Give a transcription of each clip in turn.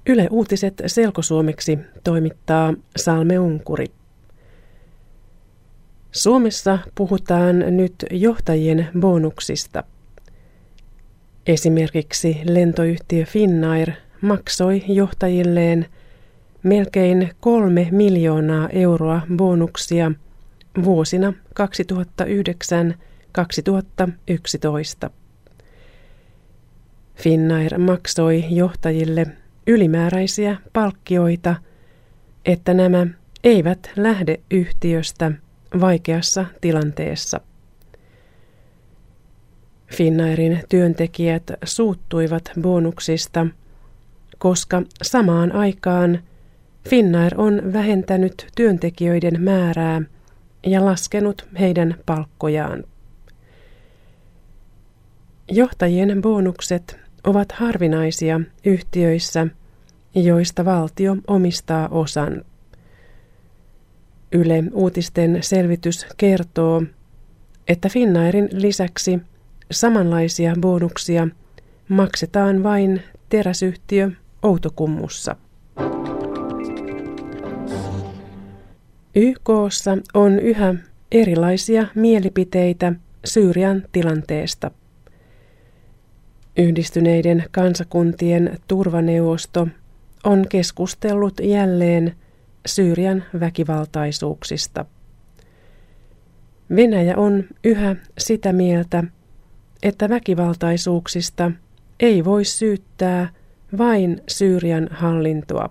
Yle Uutiset selkosuomeksi toimittaa Salme Unkuri. Suomessa puhutaan nyt johtajien bonuksista. Esimerkiksi lentoyhtiö Finnair maksoi johtajilleen melkein 3 miljoonaa euroa bonuksia vuosina 2009-2011. Finnair maksoi johtajille ylimääräisiä palkkioita, että nämä eivät lähde yhtiöstä vaikeassa tilanteessa. Finnairin työntekijät suuttuivat bonuksista, koska samaan aikaan Finnair on vähentänyt työntekijöiden määrää ja laskenut heidän palkkojaan. Johtajien bonukset ovat harvinaisia yhtiöissä, joista valtio omistaa osan. Yle Uutisten selvitys kertoo, että Finnairin lisäksi samanlaisia bonuksia maksetaan vain teräsyhtiö Outokummussa. YK:ssa on yhä erilaisia mielipiteitä Syyrian tilanteesta. Yhdistyneiden kansakuntien turvaneuvosto on keskustellut jälleen Syyrian väkivaltaisuuksista. Venäjä on yhä sitä mieltä, että väkivaltaisuuksista ei voi syyttää vain Syyrian hallintoa.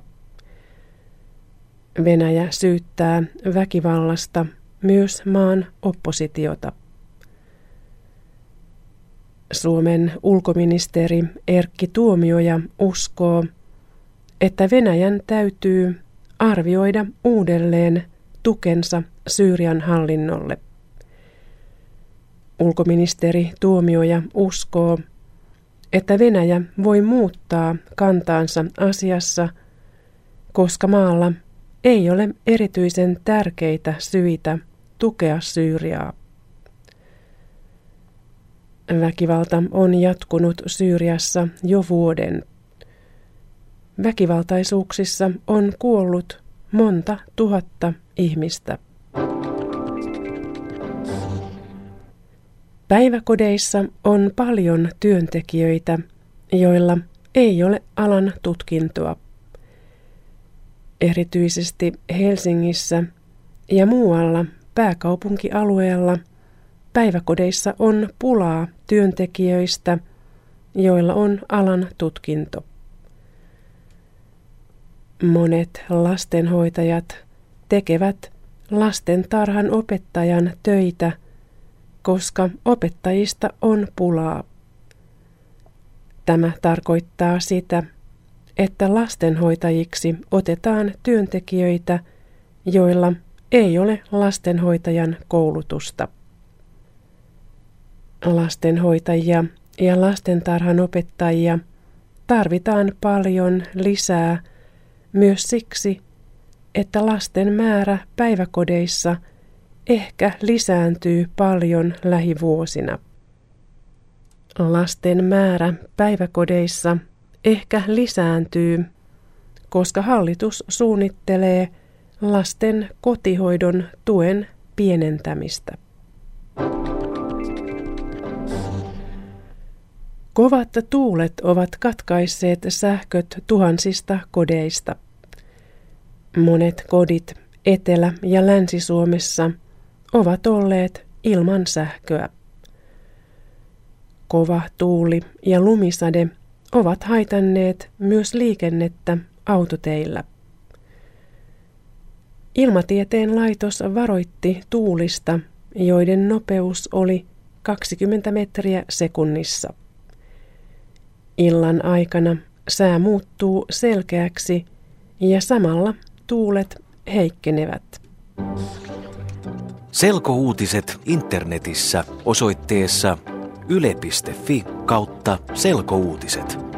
Venäjä syyttää väkivallasta myös maan oppositiota. Suomen ulkoministeri Erkki Tuomioja uskoo, että Venäjän täytyy arvioida uudelleen tukensa Syyrian hallinnolle. Ulkoministeri Tuomioja uskoo, että Venäjä voi muuttaa kantaansa asiassa, koska maalla ei ole erityisen tärkeitä syitä tukea Syyriaa. Väkivalta on jatkunut Syyriassa jo vuoden. Väkivaltaisuuksissa on kuollut monta tuhatta ihmistä. Päiväkodeissa on paljon työntekijöitä, joilla ei ole alan tutkintoa. Erityisesti Helsingissä ja muualla pääkaupunkialueella päiväkodeissa on pulaa työntekijöistä, joilla on alan tutkinto. Monet lastenhoitajat tekevät lastentarhan opettajan töitä, koska opettajista on pulaa. Tämä tarkoittaa sitä, että lastenhoitajiksi otetaan työntekijöitä, joilla ei ole lastenhoitajan koulutusta. Lastenhoitajia ja lastentarhanopettajia tarvitaan paljon lisää myös siksi, että lasten määrä päiväkodeissa ehkä lisääntyy paljon lähivuosina. Lasten määrä päiväkodeissa ehkä lisääntyy, koska hallitus suunnittelee lasten kotihoidon tuen pienentämistä. Kovat tuulet ovat katkaisseet sähköt tuhansista kodeista. Monet kodit Etelä- ja Länsi-Suomessa ovat olleet ilman sähköä. Kova tuuli ja lumisade ovat haitanneet myös liikennettä autoteillä. Ilmatieteen laitos varoitti tuulista, joiden nopeus oli 20 metriä sekunnissa. Illan aikana sää muuttuu selkeäksi ja samalla tuulet heikkenevät. Selkouutiset internetissä osoitteessa yle.fi/selkouutiset.